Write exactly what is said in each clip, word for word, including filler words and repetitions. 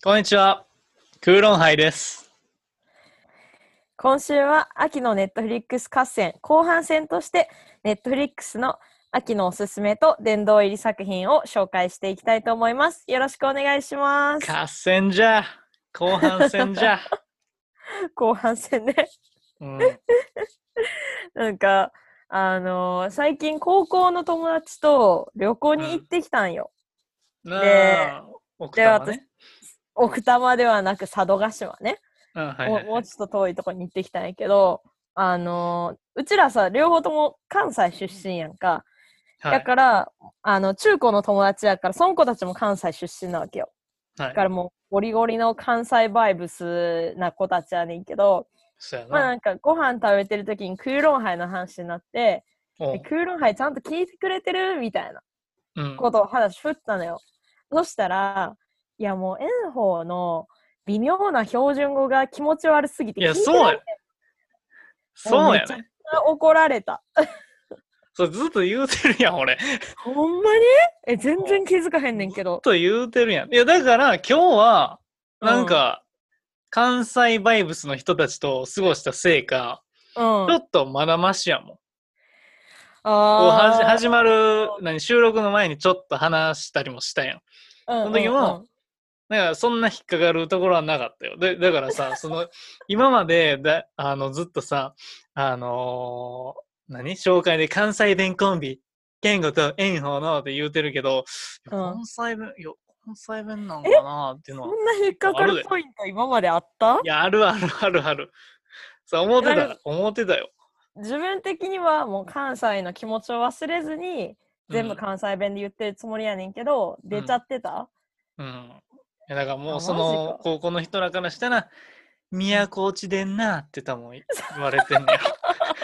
こんにちは。クーロンハイです。 今週は秋のネットフリックス合戦後半戦としてネットフリックスの秋のおすすめと殿堂入り作品を紹介していきたいと思います。よろしくお願いします。 合戦じゃ。後半戦じゃ。 後半戦ね。 うん。 なんか、あのー最近高校の友達と旅行に行っうん。 てきたんよ。で、 なあ、奥で、私、 多摩ね。 奥多摩ではなく佐渡島ね。 うん、はいはいもう、 はい。 もうちょっと遠いところに行ってきたんやけど、あのーうちらさ、両方とも関西出身やんか。 はい。 だから、あの、中高の友達やから、その子たちも関西出身なわけよ。 はい。 だからもう、ゴリゴリの関西バイブスな子たちやねんけど、 そうやな。 まあなんか、ご飯食べてる時にクーロンハイの話になって、え、 おう。 クーロンハイちゃんと聞いてくれてるみたいなうん。 ことを話振ったのよ。そしたら、いやもう、炎鵬の微妙な標準語が気持ち悪すぎていや、 聞いてられそうや。 ん。もうめちゃくちそうやね。 ゃ怒られた。 それずっと言うてるやん、俺。 ほんまにえ、全お然気づかへんねうずっんけど。 と言うてるやん。いや、だから今日は、 うん。うん。 なんか、関西バイブスの人たちと過ごしたせいか、ちょあっとまだマシやもん。こう、はじ、 あ始まる、何、収録の前にちょっと話したりもしたやん。 ー、うんその時も、 うんうん。 だからそんな引っかかるところはなかったよ。で、だからさ、その、今までだ、あの、ずっとさ、あのー何紹介で関西弁コンビ、健吾と炎鵬のって言うてるけど、いやうん。 関西弁、いや、関西弁なんえ、 かなっていうのはそんな引っ結かかる構あるで。 ポイント今まであった？ いや、あるあるあるある。そう、思ってた、 なんか思ってたよ。 自分的にはもう関西の気持ちを忘れずにうん、 全部関西弁で言ってるつもりやねんけど、出ちゃうん、 ってた？ うん。いや、だからもあ、 うその、 マジか。 高校の人らからしたら、 うん。 都落ちでんなって多分言われてんねやろ。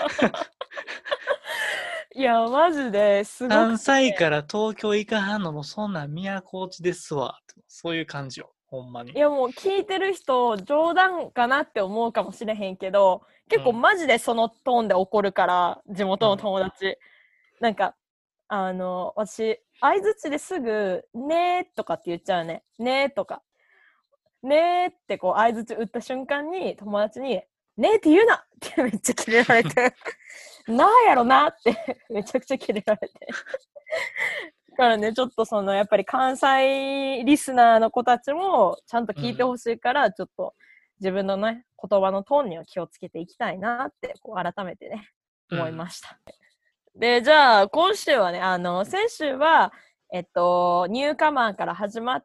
いや、マジですごく関て、 西から東京行かはんのもそんなん都落ちですわ。そういう感じよ。ほんまに。 いやもう聞いてる人冗談かなって思うかもしれへんけど、結構うん。 マジでそのトーンで怒るから、地元のうん。 友達。なんか、あの、私、相づちですぐ、ねーとかって言っちゃうね。ねーとか。ねーってこう相づち打った瞬間に友達に、ねーって言うなってめっちゃキレられて、なんやろなってめちゃくちゃキレられて。だからね、ちょっとそのやっぱり関西リスナーの子たちもちゃんと聞いてうん。 ほしいから、ちょっと自分のね、言葉のトーンには気をつけていきたいなってこう改めてね、思いうん。 ました。で、じゃあ、今週はね、あの、先週は、えっと、ニューカマーから始まって、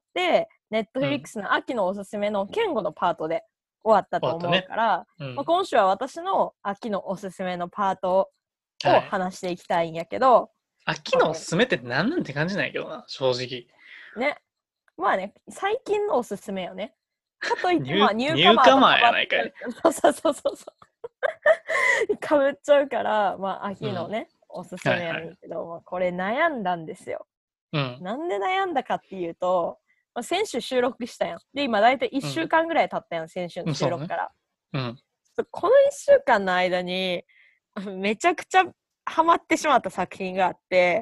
ネットフリックうん。 スの秋のおすすめのケンゴのパートで終わったと思う終わったね。 から、まあ、 うん。 今週は私の秋のおすすめのパートをはい。 話していきたいんやけど、 秋まあね、 のおすすめって何なんて感じないけどな、正直。 ね、まあね、最近のおすすめよね。かといって、まあ、 ニュー、 ニューニューカカマーとかマーやないかい。 ばっちゃうから、そうそうそうそう、かぶっちゃうから、まあ、 うん。 秋のね、おすすめやはいはい。 ねんけど、まあ、これ悩んだんですよ。 うん。 なんで悩んだかっていうと、まあ、先週収録したやん。で、今だいたい1 うん。 週間ぐらい経ったやん、先週のうんそうね。 収録から。 うん。 このいっしゅうかんの間に、めちゃくちゃハマってしまった作品があって、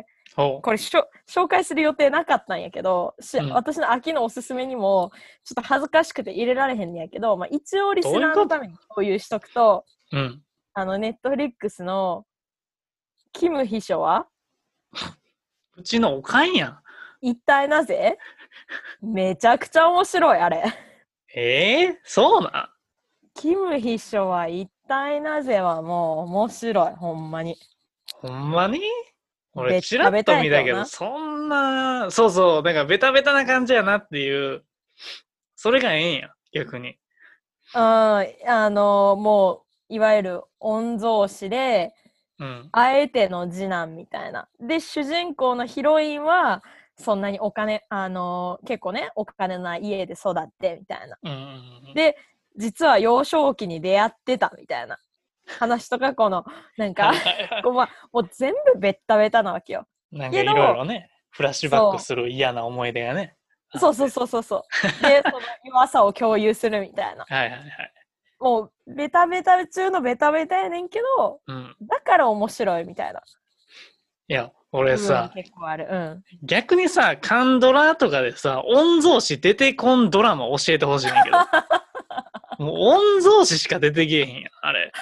ほこれしょ紹介する予定なかったんやけど、しう。うん。 私の秋のおすすめにも、ちょっと恥ずかしくて入れられへんんやけど、まあ、一応リスどういうこと？ ナーのために共有しとくと、 うん。 あの、ネットフリックスのキム秘書はうちのおかんやん。 一体なぜ？めちゃくちゃ面白い、あれ。 ええー、そうなん？ キム秘書は一体なぜはもう面白い、ほんまに。 ほんまに？俺、 ベッチラッとタベタや見たけど、 けどな。 そんな、そうそう、なんかベタベタな感じやなっていう、それがええんや、逆に。 うん、あの、もう、いわゆる御曹司で、 うん。 あえての次男みたいな。で、主人公のヒロインは、そんなにお金、あの、結構ね、お金のない家で育って、みたいな。 うんうんうん。 で、実は幼少期に出会ってた、みたいな話とか、この、なんかはいはいはこう、まあ、もう全部ベッタベタなわけよ。 い。なんかいろいけど、 ろね、フラッシュバックそする嫌な思い出がね、 う、そうそうあって。 そうそうそう。で、その弱さを共有するみたいな。 はいはいはい。 もう、ベタベタ中のベタベタやねんけど、 うん。 だから面白いみたいな。 いや、 俺部分はさ、 結構ある。うん。 逆にさ、カンドラとかでさ、御曹司出てこんドラマ教えてほしいねんけど。もう御曹司しか出てけえへんやん、あれ。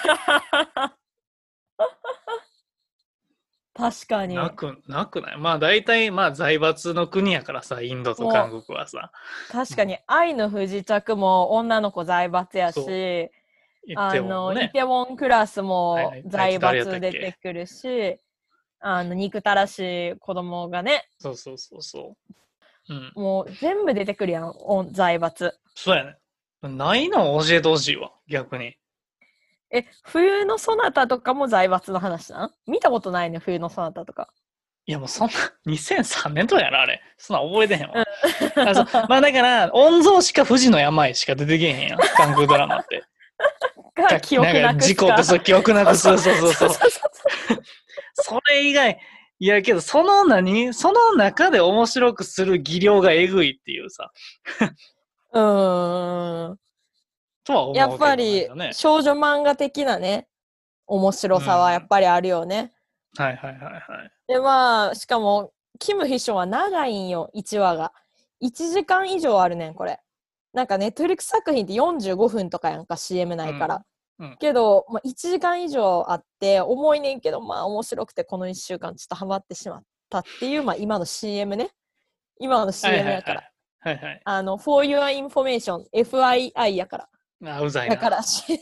確かに。 なく、なくない？まあ大体、まあ財閥の国やからさ、インドと韓も国はさ。 う、確かに、愛の不時着も女の子財閥やそう。 し、 言ってあの、イもね。 テウォンクラスもはいはい。あいつ財誰やった閥出てっけ？ くるし、あの、憎たらしい子供がね、 そうそうそうそう。うん。 もう全部出てくるやん、お財閥。 そうやね。ないの教えてほしいわ、逆に。 え、冬のソナタとかも財閥の話なん？見たことないね、冬のソナタとか。 いやもうそんな、にせんさんねんとかやろ、あれ。そんなん覚えてへんわ。 うん。 あそうまあだから、御曹司か富士の病しか出てけえへんやん、韓国ドラマって。 がか、なんか記憶なくすか。 事故とそう、記憶なくす。 そうそうそうそう。 そうそうそうそう。 それ以外、いやけど、その何その中で面白くする技量がえぐいっていうさ、 うーん。 とはやっ思うけど、なんぱりかね。 少女漫画的なね、面白さはやっうん。 ぱりあるよね。 はいはいはいはい。 で、まあ、しかも、キム・ヒションは長いんよ、いちわが。いちじかん以上あるねん、これ。なんかネットフリックス作品ってよんじゅうごふんとかやんか、シーエム ないから。 うん。うん。 けど、まあ、いちじかん以上あって、重いねんけど、まあ面白くて、このいっしゅうかんちょっとハマってしまったっていう、まあ今の シーエム ね。今のはいシーエムはいはい。 やから。 はいはい。 あの、For Your Information、エフアイアイ やから。 あ、うざいな。 やから。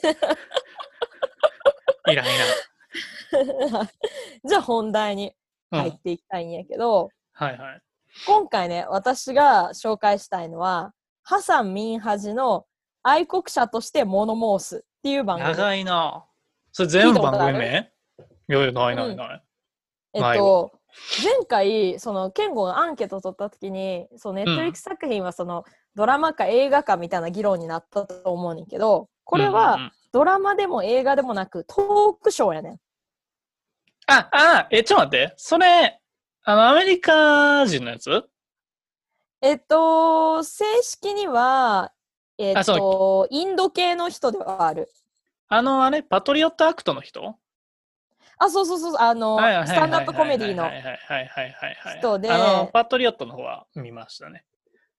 いらんいらん。 じゃあ本題にうん。 入っていきたいんやけど、 はいはい。 今回ね、私が紹介したいのは、ハサン・ミンハジの愛国者として物申すっていう番組。 長いな。それ聞い全部番たことある？ 組名？いやいや、ないなうん。 いない。 えっないわ。 と、前回、その、ケンゴがアンケートを取った時に、その、ネットフリックうん。 ス作品は、その、ドラマか映画かみたいな議論になったと思うねんけど、こうんうんうれは、 ん。 ドラマでも映画でもなく、トークショーやねん。 あ、あ、え、ちょっと待って。それ、あの、アメリカ人のやつ？ えっと、正式には、えっあ、そう、 と、インド系の人ではある。 あの、あれ、パトリオットアクトの人？ あ、そうそうそう、あの、 はいはいスタンダップコはいはいはいメディのはいはいはいはいはいはい。 人あの、 で、 パトリオットの方は見ましたね。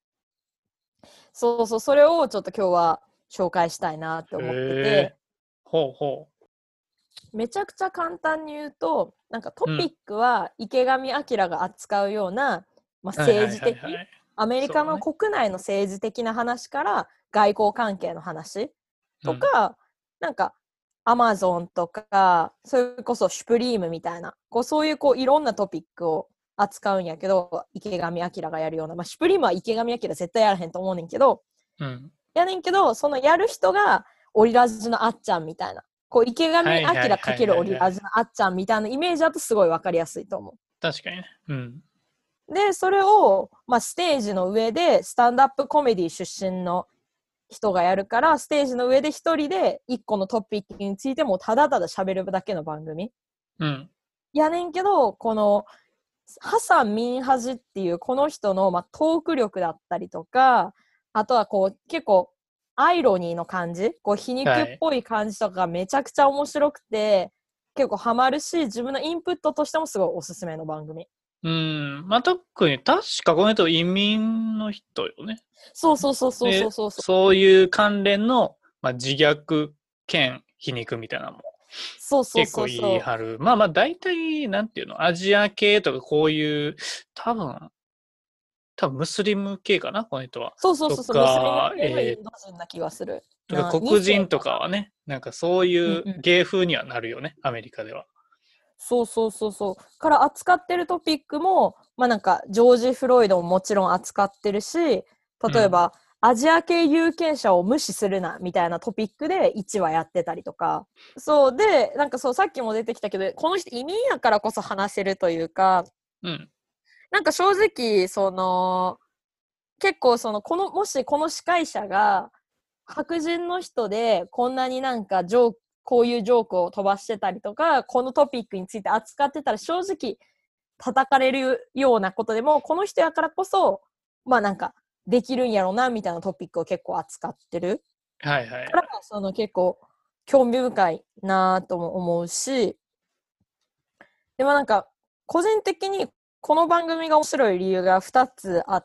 そうそう、それをちょっと今日は紹介したいなってへ思ってて、 え。ほうほめちゃくちゃ簡単に言うと、なんかトう。うピッん。 クは池上彰が扱うような、まあ、 はいはい政治的、 はいはい。 アメリカのそうね。 国内の政治的な話から外交関係の話うん。 とか、なんかアマゾンとか、それこそシュプリームみたいな、こうそういうこういろんなトピックを扱うんやけど、池上彰がやるような、まあ、シュプリームは池上彰絶対やらへんと思うねんけど、 うん。 やねんけど、そのやる人がオリラジのあっちゃんみたいな。こう池上はいはい彰はい ×オリはいはい。 ラジのあっちゃんみたいなイメージだとすごいわかりやすいと思確かにね。うん。 う。で、それを、まあ、ステージの上でスタンダップコメディ出身の人がやるから、ステージの上で一人で一個のトピックについてもただただ喋るだけの番組。 うん。 やねんけど、このハサン・ミンハジっていうこの人の、まあ、トーク力だったりとか、あとはこう結構アイロニーの感じ、こう皮肉っはい。 ぽい感じとかがめちゃくちゃ面白くて、結構ハマるし、自分のインプットとしてもすごいおすすめの番組。 うん。まあ、特に、確かこの人移民の人よね。 そうそうそうそうそで、 うそうそう。 そういう関連の、まあ、自虐兼皮肉みたいなのもそうそう結構言いそうそ張る。まあまあ、大体、なんていうの、アジア系とかこういう、多分、多分ムスリム系かな、この人は。 う。そうそうとそうそう、ムスリムか、 系のイえー、 ンド人な気がする。 とかな、に世黒人とかな。 かはね、なんかそういううんうん。 芸風にはなるよね、アメリカでは。 そうそうそうそう。から扱ってるトピックも、まあなんか、ジョージ・フロイドももちろん扱ってるし、例うん。 えば、アジア系有権者を無視するな、みたいなトピックでいちわやってたりとか。そうで、なんかそう、さっきも出てきたけど、この人移民やからこそ話せるというか、 うん。 なんか正直、その、結構その、この、もしこの司会者が白人の人で、こんなになんかジョーク、こういうジョークを飛ばしてたりとか、このトピックについて扱ってたら正直叩かれるようなことでも、この人やからこそ、まあなんか、できるんやろうな、みたいなトピックを結構扱ってる。 はいはいはい。 から、その結構、興味深いなとも思うし、でもなんか、 個人的にこの番組が面白い理由がふたつあって、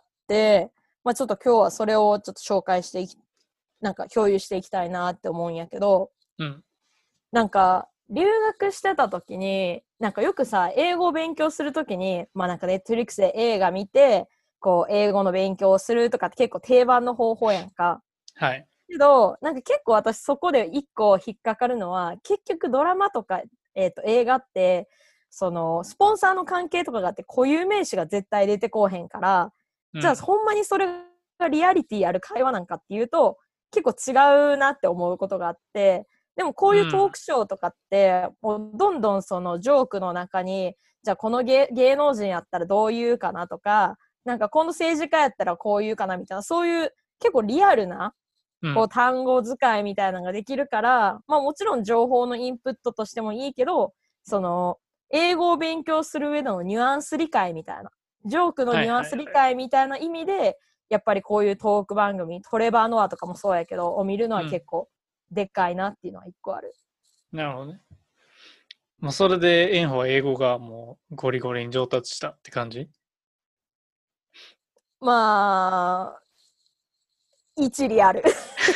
まあ、ちょっと今日はそれをちょっと紹介していき、なんか共有していきたいなって思うんやけど、 うん。 なんか留学してた時に、なんかよくさ、英語を勉強する時に、まあなんかネットフリックスで映画見て、こう英語の勉強をするとかって結構定番の方法やんか。 はい。 けど、なんか結構私そこで一個引っかかるのは、結局ドラマとか、えっと、映画って、その、スポンサーの関係とかがあって固有名詞が絶対出てこうへんから、じゃあうん。 ほんまにそれがリアリティある会話なんかっていうと、結構違うなって思うことがあって、でもこういうトーうん。 クショーとかって、もうどんどんそのジョークの中に、じゃあこの芸芸能人やったらどう言うかなとか、なんかこの政治家やったらこう言うかなみたいな、そういう結構リアルなうん。 こう単語使いみたいなのができるから、まあもちろん情報のインプットとしてもいいけど、その、英語を勉強する上でのニュアンス理解みたいな、ジョークのはいニュアンはいはい。 ス理解みたいな意味で、やっぱりこういうトーク番組、トレバー・ノアとかもそうやけど、を見るのうん。 は結構でっかいなっていうのは一個ある。 なるほどね。もうそれで、炎鵬は英語がもうゴリゴリに上達したって感じ？ まあ、一理ある。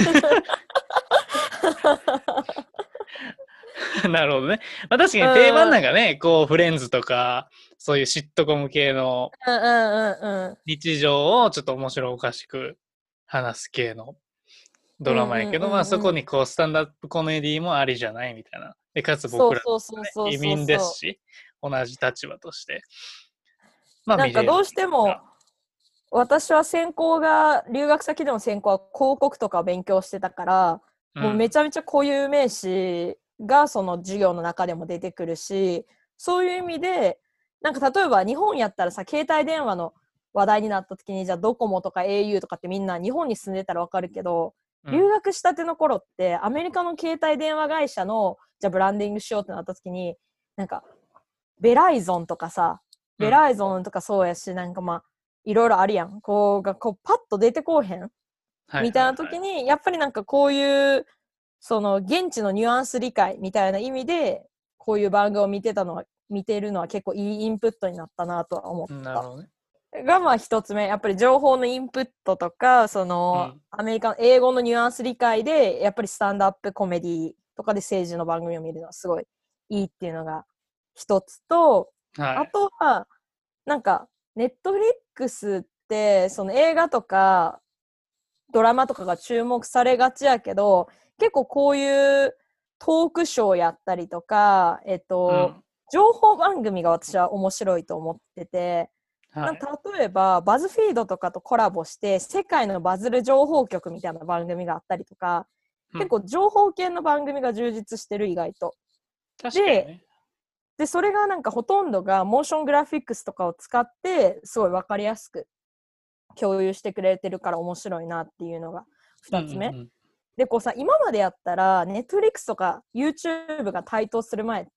なるほどね。まあ、確かうんに定番うんなんかね、こう、フレンズとか、そういうシットコム系のうんうんうん。 日常をちょっと面白おかしく話す系のドラうんうんマやけど、まあそうんうん。 こにこう、スタンダップコメディもありじゃないみたいな。で、かつ僕ら、 そうそうそうね、 そう移民ですそうそう。 し、同じ立場として、まあ見れるっなんかどうしても、 ていうか。 私は専攻が、留学先での専攻は広告とかを勉強してたから、 うん。 もうめちゃめちゃ固有名詞がその授業の中でも出てくるし、そういう意味で、なんか例えば日本やったらさ、携帯電話の話題になった時に、じゃあドコモとか エーユー とかってみんな日本に住んでたらわかるけど、 うん。 留学したての頃ってアメリカの携帯電話会社の、じゃあブランディングしようってなった時に、なんかベライゾンとかさ、ベうん。 ライゾンとかそうやし、なんかまあ、いろいろあるやん。こうが、こう、パッと出てこうへんはいみたいなはいはい。 時に、やっぱりなんかこういう、その、現地のニュアンス理解みたいな意味で、こういう番組を見てたのは、見てるのは結構いいインプットになったなとは思った。 なるほどね。 が、まあ一つ目。やっぱり情報のインプットとか、その、 うん。 アメリカの英語のニュアンス理解で、やっぱりスタンドアップコメディとかで政治の番組を見るのはすごいいいっていうのが一つと、あはい。 とは、なんか、ネットフリックスって、その映画とか、ドラマとかが注目されがちやけど、結構こういうトークショーやったりとか、えっと、 うん。 情報番組が私は面白いと思ってて、なんはい。 か例えば、バズフィードとかとコラボして、世界のバズる情報局みたいな番組があったりとか、 うん。 結構情報系の番組が充実してる意外と。で、 確かにね。 で、それがなんかほとんどがモーショングラフィックスとかを使って、すごいわかりやすく共有してくれてるから面白いなっていうのがうんう二つ目。 んで、こうさ、今までやったら、ネットフリックスとか YouTube が台頭する前って、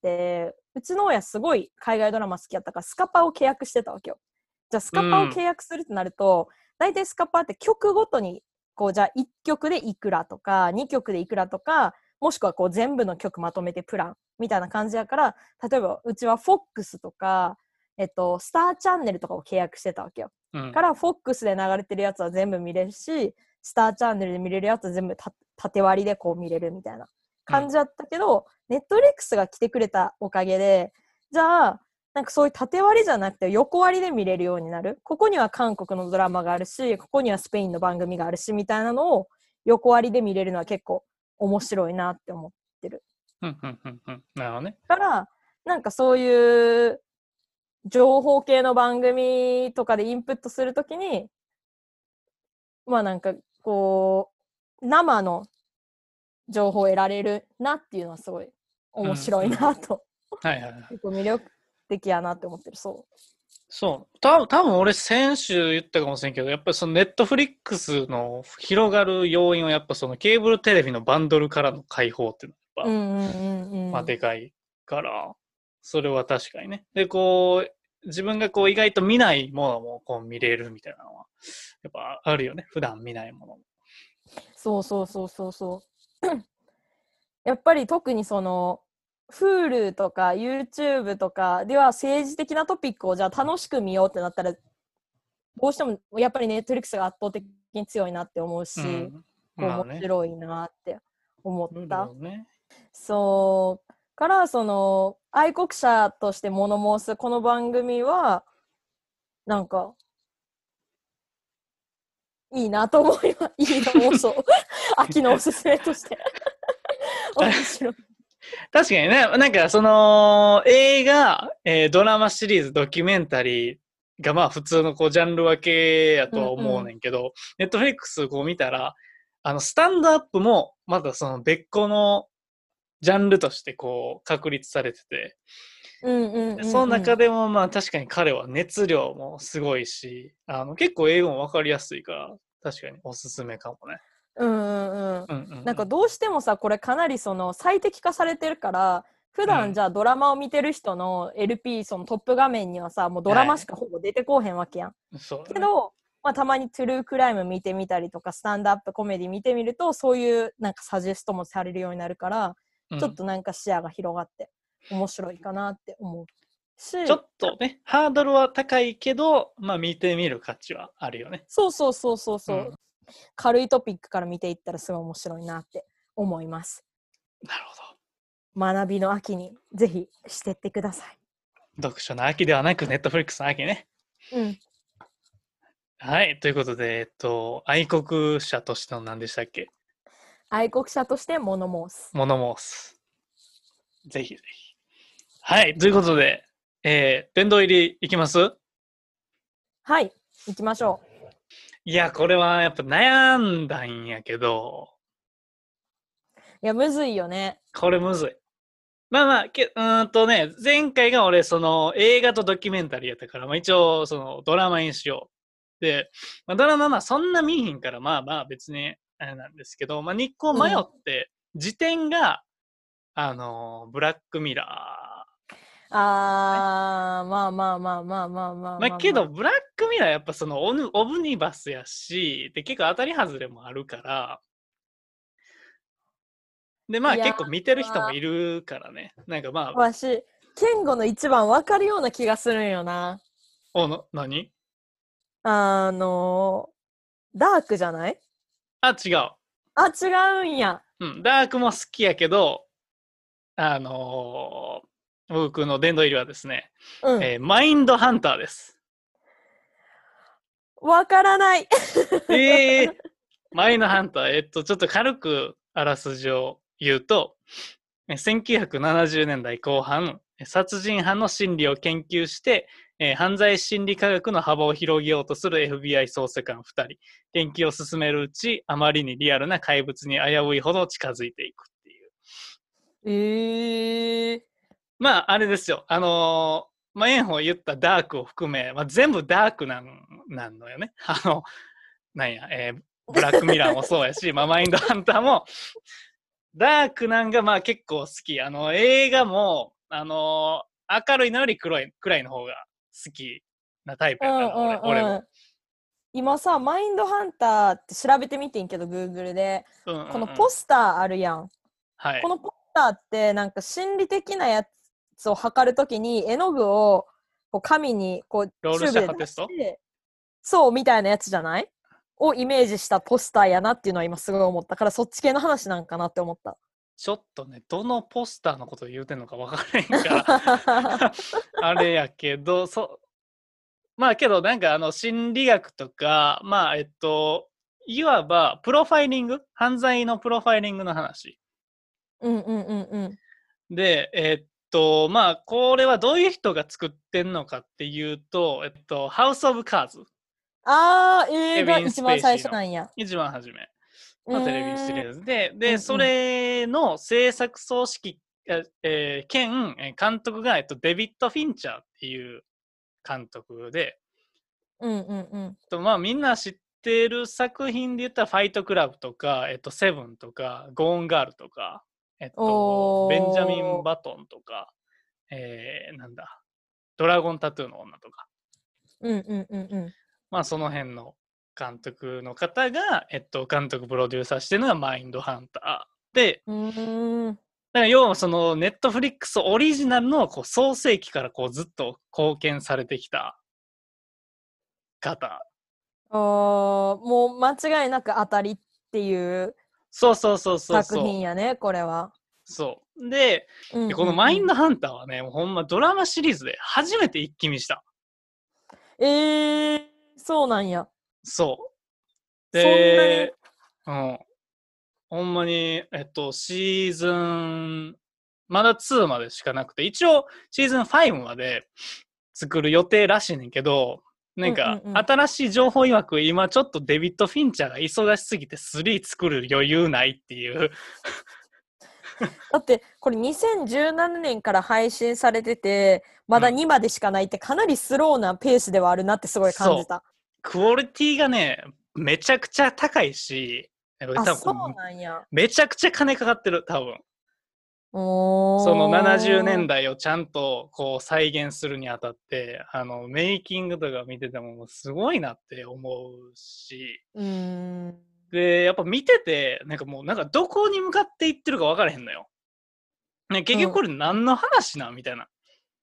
うちの親すごい海外ドラマ好きやったから、スカパーを契約してたわけよ。じゃあ、スうん。 カパーをうん。 契約するってなると、大体スカパーって曲ごとに、こう、じゃあいっきょくでいくらとか、にきょくでいくらとか、もしくはこう全部の曲まとめてプランみたいな感じやから、例えばうちは フォックス とか、えっと、スターチャンネルとかを契約してたわけよ。 うん。 から、フォックス で流れてるやつは全部見れるし、スターチャンネルで見れるやつは全部た縦割りでこう見れるみたいなうん。 感じだったけど、ネットフリックスが来てくれたおかげで、じゃあ、なんかそういう縦割りじゃなくて横割りで見れるようになる。ここには韓国のドラマがあるし、ここにはスペインの番組があるし、みたいなのを横割りで見れるのは結構面白いなって思ってる。 うん。うん。うん。うん。なるほどね。 から、なんかそういう情報系の番組とかでインプットするときに、まあなんかこう、生の情報を得られるなっていうのはすごいうん。 面白いうん。 なと。 はいはいはい。 結構魅力的やなって思ってる。そそう。た多分俺先週言ったかもしれんけど、やっぱりそのネットフリックスの広がる要因はやっぱそのケーブルテレビのバンドルからの解放っていうのう。うがやっぱ、 んうんうんまあうん。 でかいから、それは確かにね。で、こう、自分がこう意外と見ないものもこう見れるみたいなのは、やっぱあるよね。普段見ないものも。 そうそうそうそうそう。やっぱり特にその、 Hulu とか YouTube とかでは政治的なトピックをじゃあ楽しく見ようってなったら、どうしてもやっぱり Netflix が圧倒的に強いなって思うし、 うん、 こうまあね。 面白いなって思っルールた。 をね。 そうからその愛国者として物申すこの番組はなんかいいなと思います。いいのもそう秋のおすすめとして面白い。 確かにね、なんかその映画、えードラマシリーズ、ドキュメンタリーがまあ普通のこうジャンル分けやとは思うねんけど、ネットフリックスこう見たら、あのスタンドアップもまたその別個のジャンルとしてこう確立されてて、 うんうんうんうん、 その中でもまあ確かに彼は熱量もすごいし、あの結構英語も分かりやすいから確かにおすすめかもね。 うんうんうん。 うんうんうん、 なんかどうしてもさこれかなりその最適化されてるから普段じゃあドラマを見てる人の エルピー そのトップ画面にはさもうドラマしかほぼ出てこうへんわけやん。 うん、そうだね。 けど、まあ、たまにトゥルークライム見てみたりとかスタンドアップコメディ見てみるとそういうなんかサジェストもされるようになるから、 うん、 ちょっとなんか視野が広がって面白いかなって思うし、 ちょっとね、ハードルは高いけど、まあ見てみる価値はあるよね。 そうそうそうそうそう、 うん、 軽いトピックから見ていったらすごい面白いなって思います。 なるほど。 学びの秋にぜひしてってください。 読書の秋ではなく、ネットフリックスの秋ね。 うん。 はい。ということで、えっと、愛国者としての何でしたっけ？ 愛国者として物申す。 物申す。ぜひぜひ。はい。ということで、えー、殿堂入りいきます？ はい。行きましょう。 いや、これはやっぱ悩んだんやけど、 いや、むずいよね。 これむずい。まあまあ、けうーんとね、前回が俺、その映画とドキュメンタリーやったから、まあ一応、そのドラマにしよう。で、まあ、ドラマまあそんな見えへんから、まあまあ別にあれなんですけど、まあ日光迷って、時点が、あの、ブラックミラー。 あー、まあまあまあまあまあまあまあまあ、 けど、 まあ。 ブラックミラーやっぱそのオヌオブニバスやし、で結構当たり外れもあるから、でまあいや結構見てる人もいるからね。なんかまあ、 わし、ケンゴの一番分かるような気がするんよな。 おの、何？ あのー、ダークじゃない？ あ、違う。 あ、違うんや。 うん、ダークも好きやけど、あのー僕の殿堂入りはですね、 うん。 えーマインドハンターです。 分からない。 ええー、マインドハンター、えっと、ちょっと軽くあらすじを言うと、せんきゅうひゃくななじゅうねんだいこう半、殺人犯の心理を研究して、えー犯罪心理科学の幅を広げようとする エフビーアイ 捜査官ふたり。研究を進めるうち、あまりにリアルな怪物に危ういほど近づいていくっていう。 えー。 まあ、あれですよ。あのー、まあ、炎鵬言ったダークを含め、まあ、全部ダークなんなんのよね。あの、なんや、えーブラックミラーもそうやし、まあ、マインドハンターも、ダークなんがまあ結構好き。あの、映画も、あのー明るいのより黒い、暗いの方が好きなタイプうんやから、俺、俺も。 うんうん。今さ、マインドハンターって調べてみてんけど、Google で。 うんうんうん、 このポスターあるやん。 はい。 このポスターってなんか心理的なやつを測るときに絵の具をこう紙にこうロールシチューブで出ャッハテスト？ してそうみたいなやつじゃないをイメージしたポスターやなっていうのは今すごい思ったからそっち系の話なんかなって思った。 ちょっとね、どのポスターのこと言うてんのか分からへんからあれやけど、そ、まあけどなんかあの心理学とか、まあえっと、いわばプロファイリング、犯罪のプロファイリングの話。 うんうんうんうんで、えっと、まあこれはどういう人が作ってんのかっていうと、えっと、ハウス・オブ・カーズ。 あー映画ケビン・ス一番最ペイシーの初なんや。 一番初めうのテレビシリーんーズで、で、そうんうんれの制作総指揮、えー兼監督が、えっと、デビッド・フィンチャーっていう監督で、 うんうんうんとまあみんな知ってる作品で言ったらファイトクラブとか、えっと、セブンとか、ゴーンガールとか、えっと、ベンジャミン・おーバトンとか、えー、なんだ、ドラゴンタトゥーの女とか、 うんうんうんうんまあその辺の監督の方が、えっと、監督プロデューサーしてるのがマインドハンターで、 うーんから要はそのネットフリックスオリジナルのこう創世期からこうずっと貢献されてきた方。 あーもう間違いなく当たりっていうそうそうそうそう作品そう。 やね、これは。 そう。で、 うんうんうん、 このマインドハンターはね、もうほんまドラマシリーズで初めて一気見した。 えー、そうなんや。 そう。 そんなに。 で、うん。ほんまに、えっと、シーズン、まだにまでしかなくて、一応シーズンごまで作る予定らしいねんけど、なんか、 うんうんうん、 新しい情報曰く今ちょっとデビッド・フィンチャーが忙しすぎてスリー作る余裕ないっていう。 だってこれにせんじゅうななねんから配信されててまだにまでしかないってかなりスローなペースではあるなってすごい感じた。 クオリティがね、めちゃくちゃ高いし、 あ、 多そう分なんや。 めちゃくちゃ金かかってる、多分。 おー。 そのななじゅうねんだいをちゃんとこう再現するにあたって、あの、メイキングとか見ててもすごいなって思うし、 うーん。 で、やっぱ見てて、なんかもうなんかどこに向かっていってるか分からへんのよ。ね、結局これ何の話なんみたいな。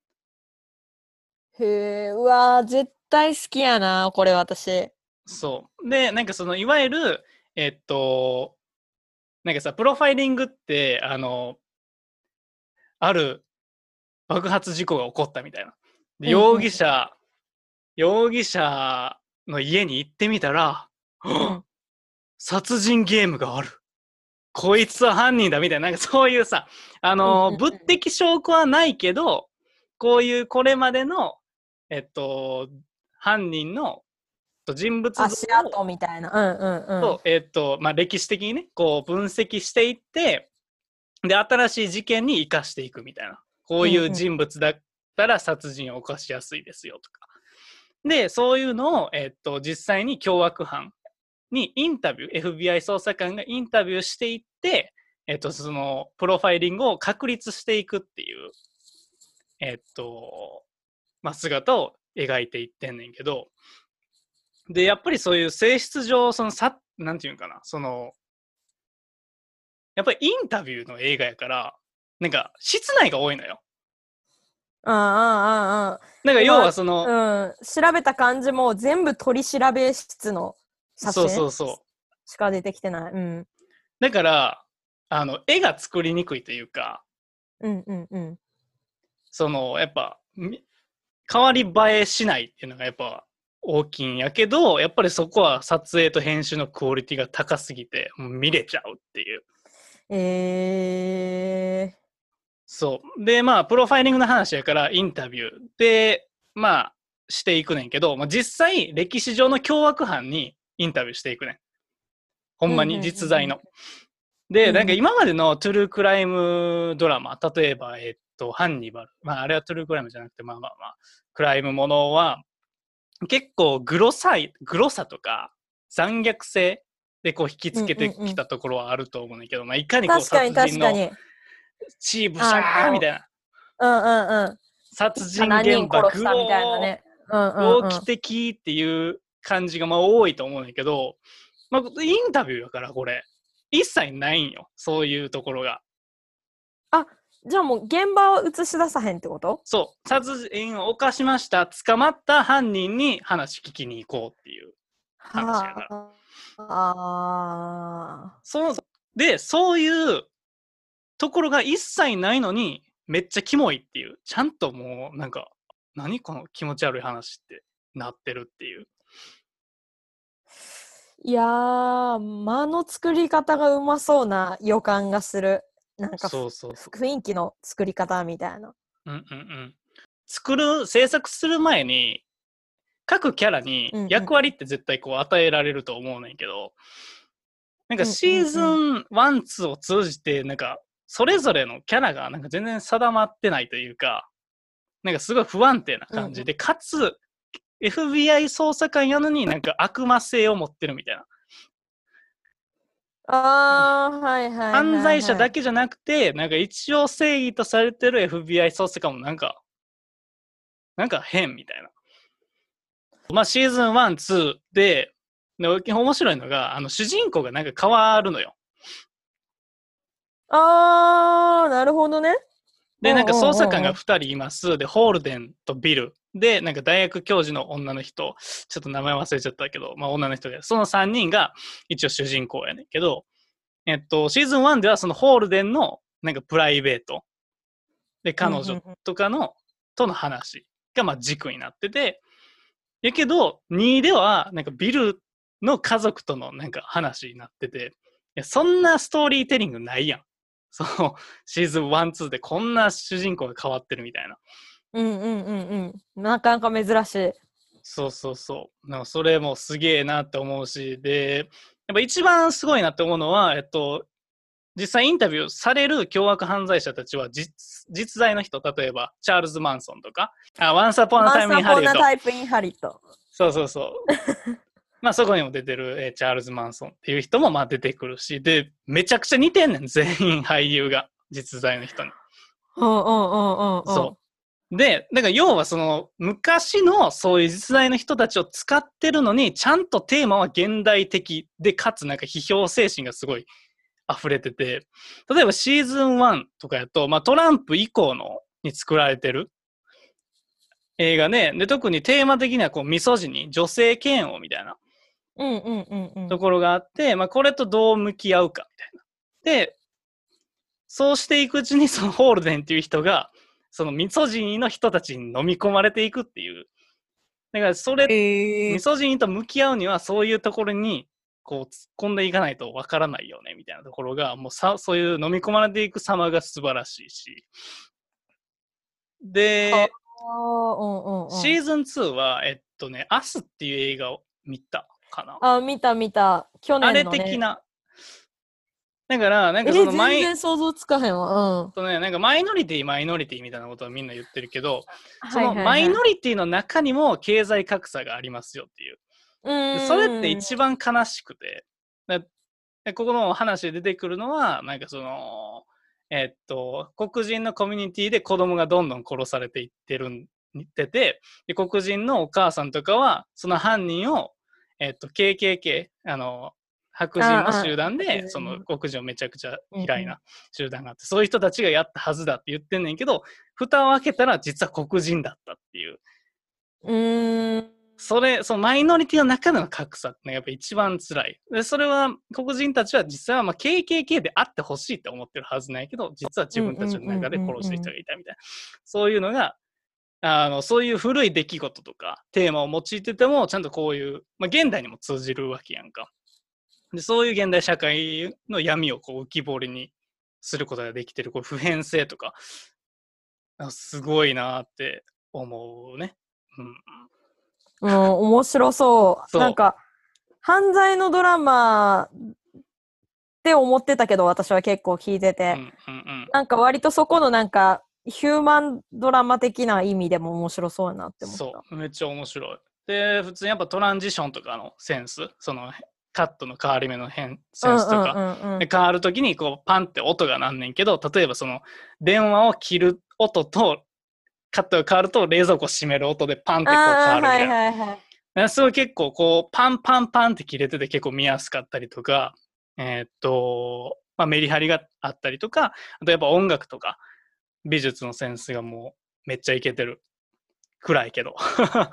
へえ、うわー、絶対好きやな、これ私。 そう。で、なんかそのいわゆる、えっと、なんかさ、プロファイリングって、あの、ある爆発事故が起こったみたいな。で、容疑者、容疑者の家に行ってみたら、 うん、 殺人ゲームがある。こいつは犯人だみたいな、なんかそういうさ、あの、 うんうんうん物的証拠はないけど、こういうこれまでの、えっと、犯人の人物像足跡みたいな。うんうんうん。 を、えっと、まあ、歴史的にね、こう分析していって、で、新しい事件に生かしていくみたいな。こういう人物だったら殺人を犯しやすいですよとか。で、そういうのを、えっと、実際に凶悪犯にインタビュー、エフビーアイ 捜査官がインタビューしていって、えっと、その、プロファイリングを確立していくっていう、えっと、まあ、姿を描いていってんねんけど、で、やっぱりそういう性質上、その、さ、なんていうんかな、その、やっぱりインタビューの映画やから、なんか、室内が多いのよ。 うんうんうんうん。 なんか、要はその、 うん、調べた感じも全部取り調べ室の写そう真そうそう。 しか出てきてない。うん。 だから、あの、絵が作りにくいというか、 うんうんうん。 その、やっぱ、変わり映えしないっていうのがやっぱ大きいんやけど、やっぱりそこは撮影と編集のクオリティが高すぎて、もう見れちゃうっていう。 えー。 そう。で、まあ、プロファイリングの話やからインタビューで、まあ、していくねんけど、まあ、実際、歴史上の凶悪犯にインタビューしていくねん。ほんまに実在の。で、なんか今までのトゥルークライムドラマ、例えば、えっと、ハンニバル。まあ、あれはトゥルークライムじゃなくて、まあまあまあ、クライムものは、結構グロさい、グロさとか残虐性でこう引きつけてきたところはあると思うんだけど、まあ、いかにこう確かに殺人の確かに。 チーブシャーみたいな。 うんうんうん。 殺人何人現場グ殺したみたいなね。うんうんうん。 狂気的っていう感じがまあ多いと思うんだけど、まあ、インタビューだからこれ、一切ないんよ。そういうところが。 あ、じゃあもう現場を映し出さへんってこと？ そう。殺人を犯しました。捕まった犯人に話聞きに行こうっていう話やから。 はあ。 そう。で、そういうところが一切ないのに、めっちゃキモいっていう。ちゃんともう、なんか、何この気持ち悪い話ってなってるっていう。 いやー、間の作り方がうまそうな予感がする。なんかそうそうそう。 雰囲気の作り方みたいな。 うんうんうん。作る、制作する前に、各キャラに役割って絶対こう与えられると思うねんけど、なんかシーズンワン、ツーを通じて、なんか、それぞれのキャラがなんか全然定まってないというか、なんかすごい不安定な感じで、かつ、エフビーアイ 捜査官やのになんか悪魔性を持ってるみたいな。 あー、はいはいはい、はい。 犯罪者だけじゃなくて、なんか一応正義とされてる エフビーアイ 捜査官もなんか、なんか変みたいな。まあシーズンワン、ツーで、で面白いのが、あの主人公がなんか変わるのよ。 あー、なるほどね。 で、なんか捜査官がうんうんうんうん。 ふたりいます。で、ホールデンとビル。で、なんか大学教授の女の人、ちょっと名前忘れちゃったけど、まあ女の人で、そのさんにんが一応主人公やねんけど、えっと、シーズンワンではそのホールデンのなんかプライベートでうん彼女うんとかの、との話がまあ軸になってて、やけど、にではなんかビルの家族とのなんか話になってて、いやそんなストーリーテリングないやん。そのシーズンワン、ツーでこんな主人公が変わってるみたいな。 うんうんうんうん。なかなか珍しい。 そうそうそう。なんかそれもすげえなって思うし、で、やっぱ一番すごいなって思うのは、えっと、実際インタビューされる凶悪犯罪者たちは実実在の人、例えばチャールズ・マンソンとか、あ、Once Upon a Once Time in upon a Hollywood。 type in ハリウッド。 そうそうそう。まあそこにも出てる、えーチャールズ・マンソンっていう人もまあ出てくるし、で、めちゃくちゃ似てんねん、全員俳優が、実在の人に。 うんうんうんうんうん。 そう。で、だから要はその昔のそういう実在の人たちを使ってるのに、ちゃんとテーマは現代的で、かつなんか批評精神がすごい溢れてて、例えばシーズンワンとかやと、まあトランプ以降のに作られてる映画ね、で、特にテーマ的にはこうミソジニ、女性嫌悪みたいなうんうんうんうん。 ところがあって、まあこれとどう向き合うかみたいな。で、そうしていくうちにそのホールデンっていう人が、そのミソジニの人たちに飲み込まれていくっていう。だからそれ、 へえ。 ミソジニと向き合うにはそういうところにこう突っ込んでいかないとわからないよねみたいなところが、もうさ、そういう飲み込まれていく様が素晴らしいし。 はで、 あ、うんうんうん。 シーズンツーは、えっとね、アスっていう映画を見たかな。 あ、見た見た。去あれ年のね。 的な。だから、なんえ、 かその全マイ、 然想像つかへんわ。うん。 とね、なんかマイノリティ、マイノリティみたいなことはみんな言ってるけど、そはいのはいはい。 マイノリティの中にも経済格差がありますよっていう。 うでそれってーん。 一番悲しくて、でここの話で出てくるのは、なんかその、えっと、黒人のコミュニティで子供がどんどん殺されていってるん、ってて、で黒人のお母さんとかは、その犯人を、えっと、ケーケーケー、あの、白人のああ、 集団で、その白人の。 黒人をめちゃくちゃうんうん。 嫌いな集団があって、そういう人たちがやったはずだって言ってんねんけど、蓋を開けたら実は黒人だったっていう。 うーん。 それ、そのマイノリティの中での格差ってのがやっぱ一番辛い。で、それは黒人たちは実際はまあ ケーケーケー であってほしいって思ってるはずないけど、実は自うん分たちのうんうん中で殺してるうんうん。 人がいたみたいな。そういうのが、あの、そういう古い出来事とかテーマを用いてても、ちゃんとこういう、まあ現代にも通じるわけやんか。で、そういう現代社会の闇をこう浮き彫りにすることができてる、こう普遍性とか、すごいなって思うね。うん。 うん、面白そう。なんそか、犯罪のドラマって思ってたけど、私は結構聞いてう。うて。 んうんうん。 なんか割とそこのなんか、ヒューマンドラマ的な意味でも面白そうやなって思った。 そう、めっちゃ面白い。で、普通にやっぱトランジションとかのセンス、そのカットの変わり目の変センスとか、 うんうんうんうん。 で変わるときにこうパンって音がなんねんけど、例えばその電話を切る音とカットが変わると冷蔵庫を閉める音でパンってこう変ああ、はいわるみたいはいはい。 な。すごい結構こうパンパンパンって切れてて結構見やすかったりとか、えーっと、まあ、メリハリがあったりとか、あとやっぱ音楽とか美術のセンスがもうめっちゃいけてる。暗いけど。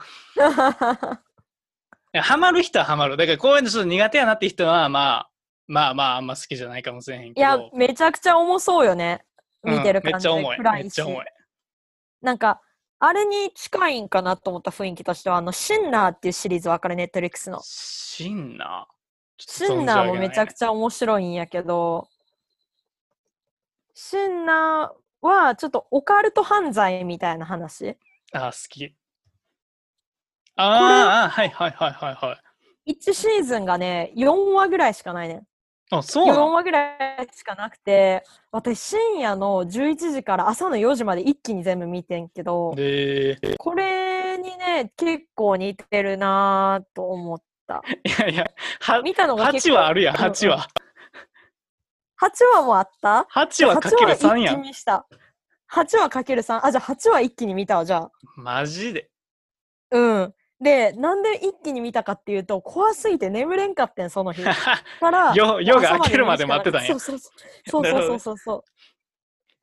ハマる人はハマる。だからこういうのちょっと苦手やなって人は、まあ、まあまあ、あんま好きじゃないかもしれへんいや、 けど、 めちゃくちゃ重そうよね。見てうん、 る感じでめっちゃ重い。め暗いし。 っちゃ重い。 なんか、あれに近いんかなと思った雰囲気としては、あの、シンナーっていうシリーズわかる？ネットリックスの。 シンナーちょっシンと存じナーもめち上げないね。 ゃくちゃ面白いんやけど、シンナーはちょっとオカルト犯罪みたいな話。 あ、好き。 これ、 ああ、はいはいはいはいはい。 いちシーズンがね、よんわぐらいしかないねん。 あ、そうな 4 ん話ぐらいしかなくて、私深夜のじゅういちじから朝のよじまで一気に全部見てんけど、 で、 これにね、結構似てるなぁと思った。 いやいや、は、 見たのがはち結構、 わあるやん、 うんうん。 はちわ。 はちわもあった？ 8 じゃあ話かけるはちわ一さんやん。 気見した。はちわかけるさん。あ、じゃあはちわ一気に見たわ、じゃあ。 マジで。 うん。 で、なんで一気に見たかっていうと、怖すぎて眠れんかってん、その日。から夜夜が朝まで明けるまで見るしかなく待ってたんや。 そうそうそう。そうそうそうなるほどね。 そうそう。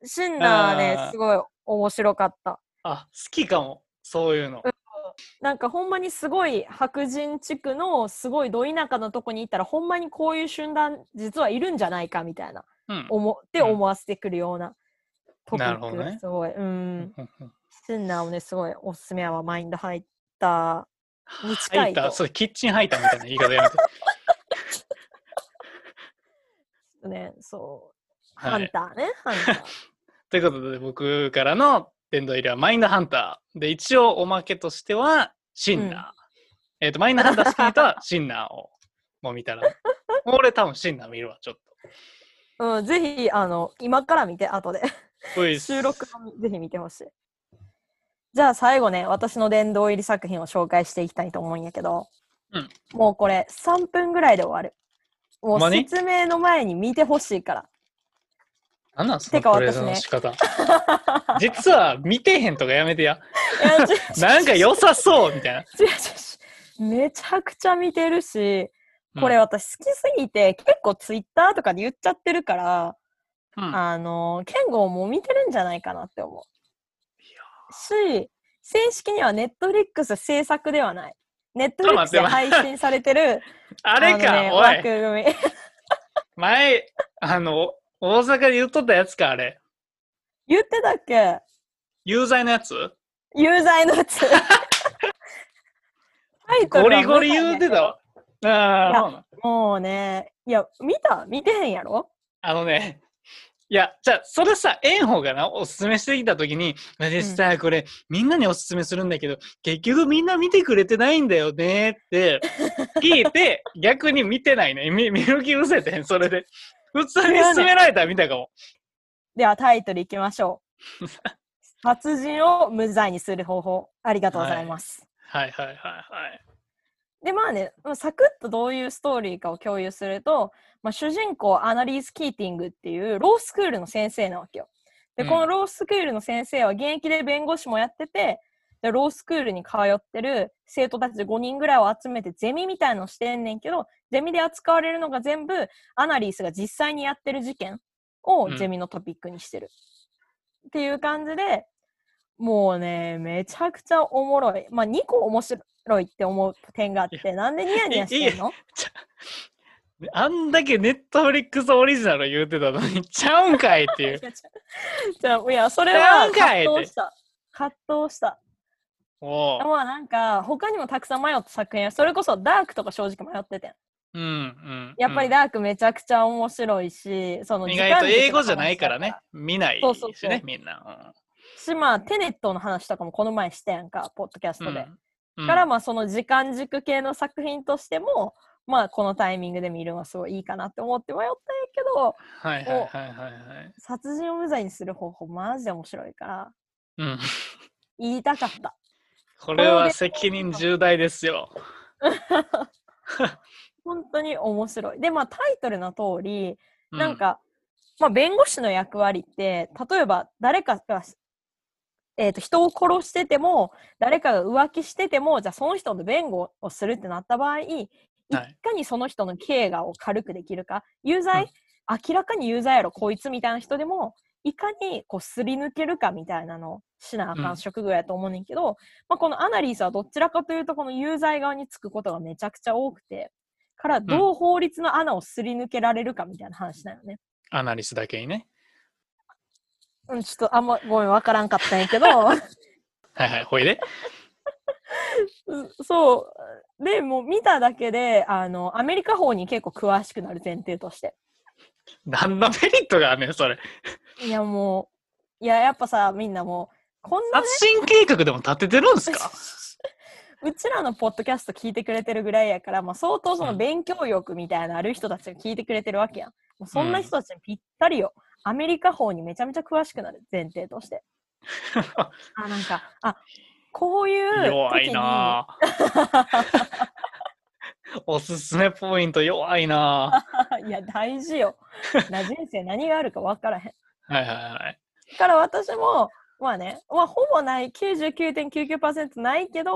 シンナーね、 あすごい面白かった。 あ、好きかも。そういうの。 なんかほんまにすごい白人地区のすごいど田舎のとこに行ったらほんまにこういう集団実はいるんじゃないかみたいな、 うん。 思ってうん思わせてくるようなトピックなるほどね。 がすごい。ううんん。 うんうんシンナーもね、すごいおすすめやわ。マインドハイターにハイター、 近いと。 そう、キッチンハイターみたいな言い方やめて。 ね、そう。ハンはい。 ターね、ハンター。 ということで、僕からの殿堂入りはマインドハンター。で、一応おまけとしては、シンナー。 うんえっ、と、マインドハンター好きな人はシンナーをもう見たら。俺多分シンナー見るわ、ちょっと。 うん、ぜひ、あの、今から見て、後で。 ういっす収録をぜひ見てほしい。じゃあ最後ね、私の殿堂入り作品を紹介していきたいと思うんやけど、 うん。 もうこれさんぷんぐらいで終わる。もうほんまに説明の前に見てほしいから。 なんなんそてかのプレゼン私ねの仕方。実は見てへんとかやめてや。 いや違う違うなんか良さそうみたいな。 違う違う違うめちゃくちゃ見てるし、これうん私好きすぎて、結構ツイッターとかで言っちゃってるから、 うん、 あの、ケンゴも見てるんじゃないかなって思う。し、正式にはネットフリックス制作ではない。ネットフリックスで配信されてる、 あれか、 あのね、 おい。 枠組み。 前、あの、大阪で言っとったやつか、あれ。 言ってたっけ有罪のやつ有罪のやつ。タイトゴルはリゴリ言うてたわ。あいやあ、 もうね、いや、見た見てへんやろあのね、いや、じゃあ、それさ、えんほうがな、おすすめしてきたときに、私さ、これ、みんなにおすすめするんだけど、結局みんな見てくれてないんだよねって聞いて、逆に見てないね。見見る気失せてん、それで。普通に勧められたら見たかも。 ではタイトルいきましょう。殺人を無罪にする方法。ありがとうございます。 はいはいはいはい。 で、まあね、サクッとどういうストーリーかを共有すると、まあ、主人公アナリース・キーティングっていうロースクールの先生なわけよ。で、 うんこのロースクールの先生は現役で弁護士もやってて、でロースクールに通ってる生徒たちごにんぐらいを集めてゼミみたいのをしてんねんけど、ゼミで扱われるのが全部アナリースが実際にやってる事件をゼミのトピックにしてる。うん、っていう感じで、もうね、めちゃくちゃおもろい。まあ、にこ面白いって思う点があって、なんでニヤニヤしてんの？ あんだけネットフリックスオリジナル言うてたのに、ちゃうんかいっていう。 じゃあ、いや、それは葛藤した。葛藤した。 おまあなんか、他にもたくさん迷った作品、それこそダークとか正直迷っててん。 うんうん、 やっぱりダークめちゃくちゃ面白いし、その意外と英語じゃないからね、見ないしね、 そうそうそうみんな。 うん、し、まあ、テネットの話とかもこの前してやんか、ポッドキャストで。 うん、 から、まあ、その時間軸系の作品としても、まあ、このタイミングで見るのはすごいいいかなって思って迷ったんやけど、 はいはいはいはい、はい。 殺人を無罪にする方法、マジで面白いから、 うん、 言いたかった。 これは責任重大ですよ。 本当に面白い。で、まあ、タイトルの通り、なんか、うん、まあ、弁護士の役割って、例えば誰かが、えーと、人を殺してても、誰かが浮気してても、じゃあその人の弁護をするってなった場合、いかにその人の刑がを軽くできるか、有罪、うん、明らかに有罪やろ、こいつみたいな人でも、いかにこうすり抜けるかみたいなのをしなあかん職業やと思うねんけど、うん、まあ、このアナリースはどちらかというと、この有罪側につくことがめちゃくちゃ多くて、からどう法律の穴をすり抜けられるかみたいな話だよね。 アナリスだけにね。 うん、ちょっとあんまごめん、わからんかったんやけど。はいはい、ほいで。 そう。で、もう見ただけで、あの、アメリカ法に結構詳しくなる前提として。 何のメリットがあんねん、それ。 いや、もう、いや、やっぱさ、みんなもう、こんな、ね。 殺人計画でも立ててるんすかうちらのポッドキャスト聞いてくれてるぐらいやから、まあ、相当その勉強欲みたいなある人たちが聞いてくれてるわけやん。もうそんな人たちにぴったりよ。アメリカ法にめちゃめちゃ詳しくなる前提として。あ、なんか、あ、こういう時に弱いなおすすめポイント弱いないや、大事よ。な人生何があるか分からへん。 はいはいはい。 だから私も、まあね、まあ、ほぼない、きゅうじゅうきゅうてんきゅうきゅうパーセント ないけど、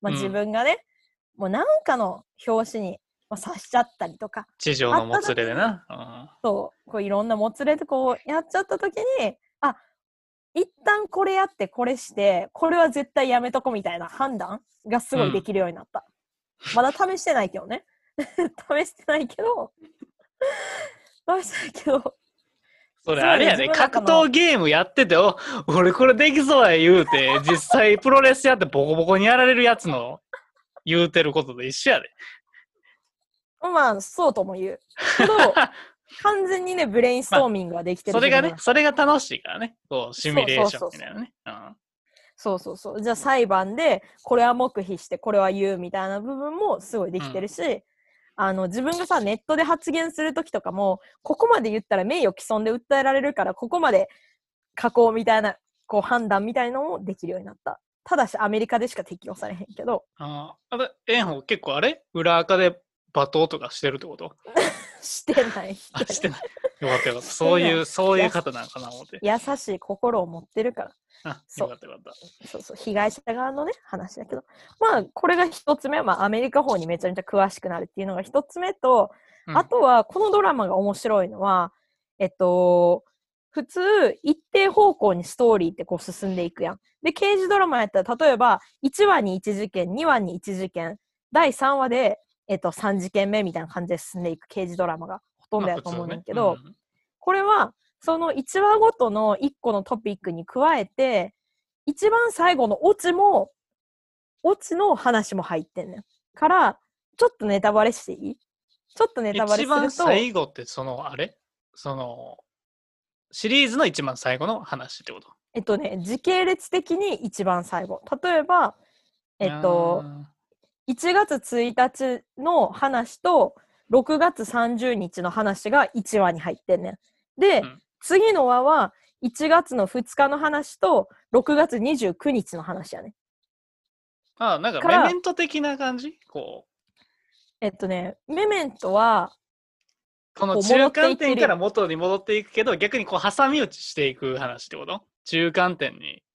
まあ、 うん自分がね、もうなんかの表紙に、まあ、刺しちゃったりとか、 地上のもつれでな。 そう、こういろんなもつれでこうやっちゃった時に、あ、一旦これやってこれして、これは絶対やめとこみたいな判断がすごいできるようになった。うん、まだ試してないけどね。試してないけど、試してないけど、 それあれやで、 ね、 格闘ゲームやってて、お、俺これできそうや言うて、実際プロレスやってボコボコにやられるやつの言うてることと一緒やで。 まあ、そうとも言う。けど、完全にね、ブレインストーミングができてる、 まあ、それがね、それが楽しいからね。こう、シミュレーションみたいなね。 そうそうそう。じゃあ裁判で、これは黙秘して、これは言うみたいな部分もすごいできてるし、うん、あの、自分がさ、ネットで発言するときとかも、ここまで言ったら名誉毀損で訴えられるから、ここまで加工みたいな、こう判断みたいなのもできるようになった。ただし、アメリカでしか適用されへんけど。 ああ、あれ、炎鵬結構あれ裏垢で罵倒とかしてるってことしてない。 あ、してない。よかったよかった。そういう、そういう方なんかな思って。 優しい心を持ってるから。 あ、よかったよかった。 そうそう、被害者側のね、話だけど。まあ、これが一つ目は、まあ、アメリカ法にめちゃめちゃ詳しくなるっていうのが一つ目と、うん、あとは、このドラマが面白いのは、えっと、普通、一定方向にストーリーってこう進んでいくやん。で、刑事ドラマやったら、例えば、いちわにいち事件、にわにいち事件、だいさんわで、えっと、さん事件目みたいな感じで進んでいく刑事ドラマがほとんどやと思うんだけど、まあねうん、これは、そのいちわごとのいっこのトピックに加えて、一番最後のオチも、オチの話も入ってんねん。から、ちょっとネタバレしていい？ちょっとネタバレすると。一番最後ってその、あれその、シリーズの一番最後の話ってこと？ えっとね、時系列的に一番最後。例えば、えっと、いちがつついたちの話と、ろくがつさんじゅうにちの話がいちわに入ってんねん。で、うん、次の輪は、いちがつのふつかの話と、ろくがつにじゅうくにちの話やね。 ああ、なんかメメント的な感じこう。 えっとね、メメントは、 この中間点から元に戻っていくけど、逆にこう挟み撃ちしていく話ってこと？中間点に。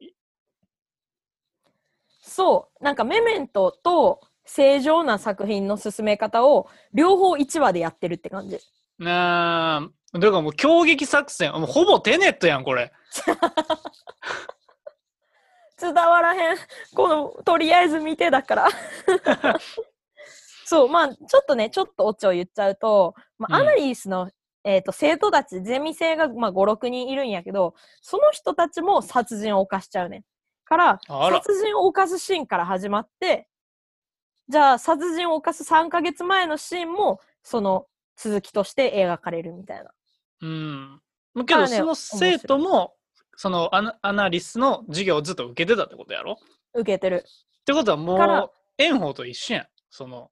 そう。なんかメメントと正常な作品の進め方を両方いちわでやってるって感じ。 なあ、だからもう攻撃作戦、もうほぼテネットやん、これ。 伝わらへん。この、とりあえず見てだから。そう、まあ、ちょっとね、ちょっとオチを言っちゃうと、まあ、うん、アナリースの、えーと、生徒たち、ゼミ生が、まあ、ご、ろくにんいるんやけど、その人たちも殺人を犯しちゃうねん。から、殺人を犯すシーンから始まって、じゃあ、殺人を犯すさんかげつまえのシーンも、その続きとして描かれるみたいな。 うん。けど、ね、その生徒も、そのアナ、アナリスの授業をずっと受けてたってことやろ？ 受けてる。 ってことはもう、炎鵬と一緒やん。その、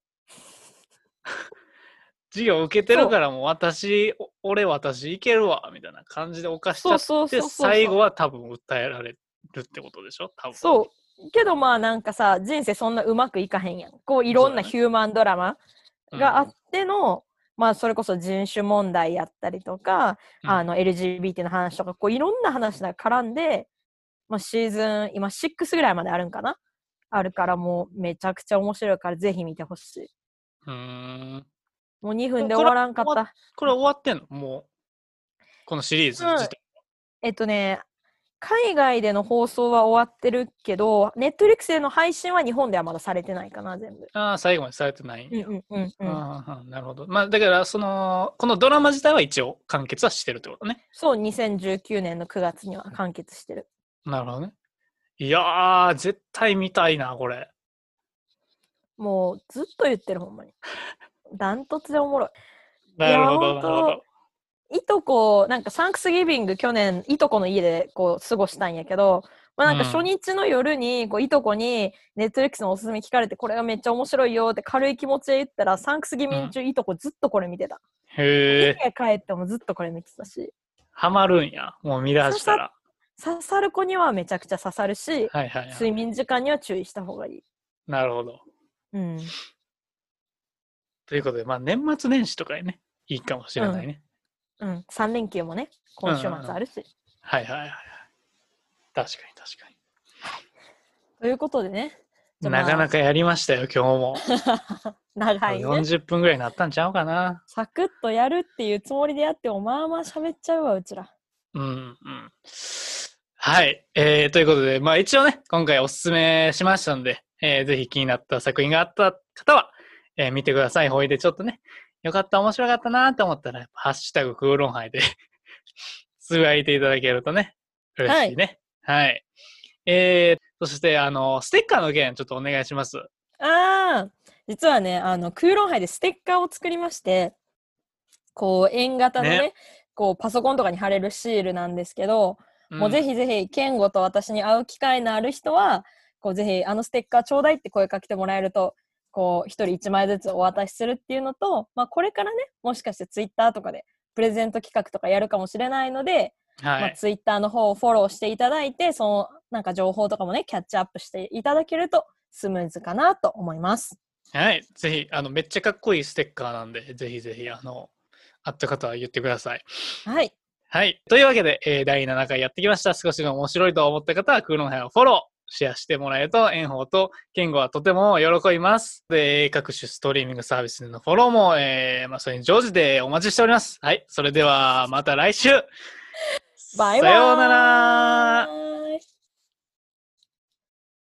授業受けてるからもう私、俺私いけるわ、みたいな感じで犯しちゃって、最後は多分訴えられるってことでしょ？多分。 そう。けどまあなんかさ、人生そんなうまくいかへんやん。こういろんなヒューマンドラマがあっての、うん、まあそれこそ人種問題やったりとか、うん、あの エルジービーティー の話とか、こういろんな話が絡んで、まあシーズン、今ろくぐらいまであるんかな？あるからもうめちゃくちゃ面白いからぜひ見てほしい。 うーん。 もうにふんで終わらんかった。 これ終わってんの？もう、このシリーズ自体、 うん。えっとね、海外での放送は終わってるけど、ネットフリックスでの配信は日本ではまだされてないかな、全部。 ああ、最後までされてないんや。 うんうんうん、うん、 ああ、なるほど。まあ、だから、その、このドラマ自体は一応完結はしてるってことね。 そう、にせんじゅうきゅうねんのくがつには完結してる。 なるほどね。いやー、絶対見たいな、これ。 もう、ずっと言ってる、ほんまに。ダントツでおもろい。 なるほど、なるほど。 いとこ、なんかサンクスギビング去年、いとこの家でこう過ごしたんやけど、まあなんか初日の夜にこういとこにネットフリックスのおすすめ聞かれて、これがめっちゃ面白いよって軽い気持ちで言ったら、サンクスギビング中、いとこずっとこれ見てた。 へえ。 家帰ってもずっとこれ見てたし。 ハマるんや、もう見出したら。 刺さる子にはめちゃくちゃ刺さるし、 はいはいはい、 睡眠時間には注意した方がいい。 なるほど。 うん。 ということで、まあ年末年始とかにね、いいかもしれないね。 うん、うん、さん連休もね、今週末あるし。うんうんうん、 はいはいはい。確かに確かに。 ということでね、 じゃあまあなかなかやりましたよ、今日も。 長いね。 よんじゅっぷんぐらいになったんちゃうかな。 サクッとやるっていうつもりでやっても、まあまあ喋っちゃうわ、うちら。 うんうん。はい。えー、ということで、まあ一応ね、今回おすすめしましたので、えー、ぜひ気になった作品があった方は、えー、見てください。ほいでちょっとね、よかった、面白かったなと思ったら、ハッシュタグクーロンハイでつぶやいていただけるとね、嬉しいね。はい。はい、えー、そして、あの、ステッカーの件、ちょっとお願いします。 ああ、実はね、あの、クーロンハイでステッカーを作りまして、こう、円型のね、ねこう、パソコンとかに貼れるシールなんですけど、うん、もうぜひぜひ、ケンゴと私に会う機会のある人は、こう、ぜひ、あのステッカーちょうだいって声かけてもらえると、こう、一人一枚ずつお渡しするっていうのと、まあ、これからね、もしかしてツイッターとかでプレゼント企画とかやるかもしれないので、はい、まあ、ツイッターの方をフォローしていただいて、その、なんか情報とかもね、キャッチアップしていただけるとスムーズかなと思います。 はい。ぜひ、あの、めっちゃかっこいいステッカーなんで、ぜひぜひ、あの、会った方は言ってください。 はい。 はい。というわけで、えー、だいななかいやってきました。少しでも面白いと思った方は、クーロンハイをフォロー、シェアしてもらえると、炎鵬と健吾はとても喜びます。で、各種ストリーミングサービスのフォローも、えー、まあ、それに常時でお待ちしております。はい。それでは、また来週バイバイ。 さようなら。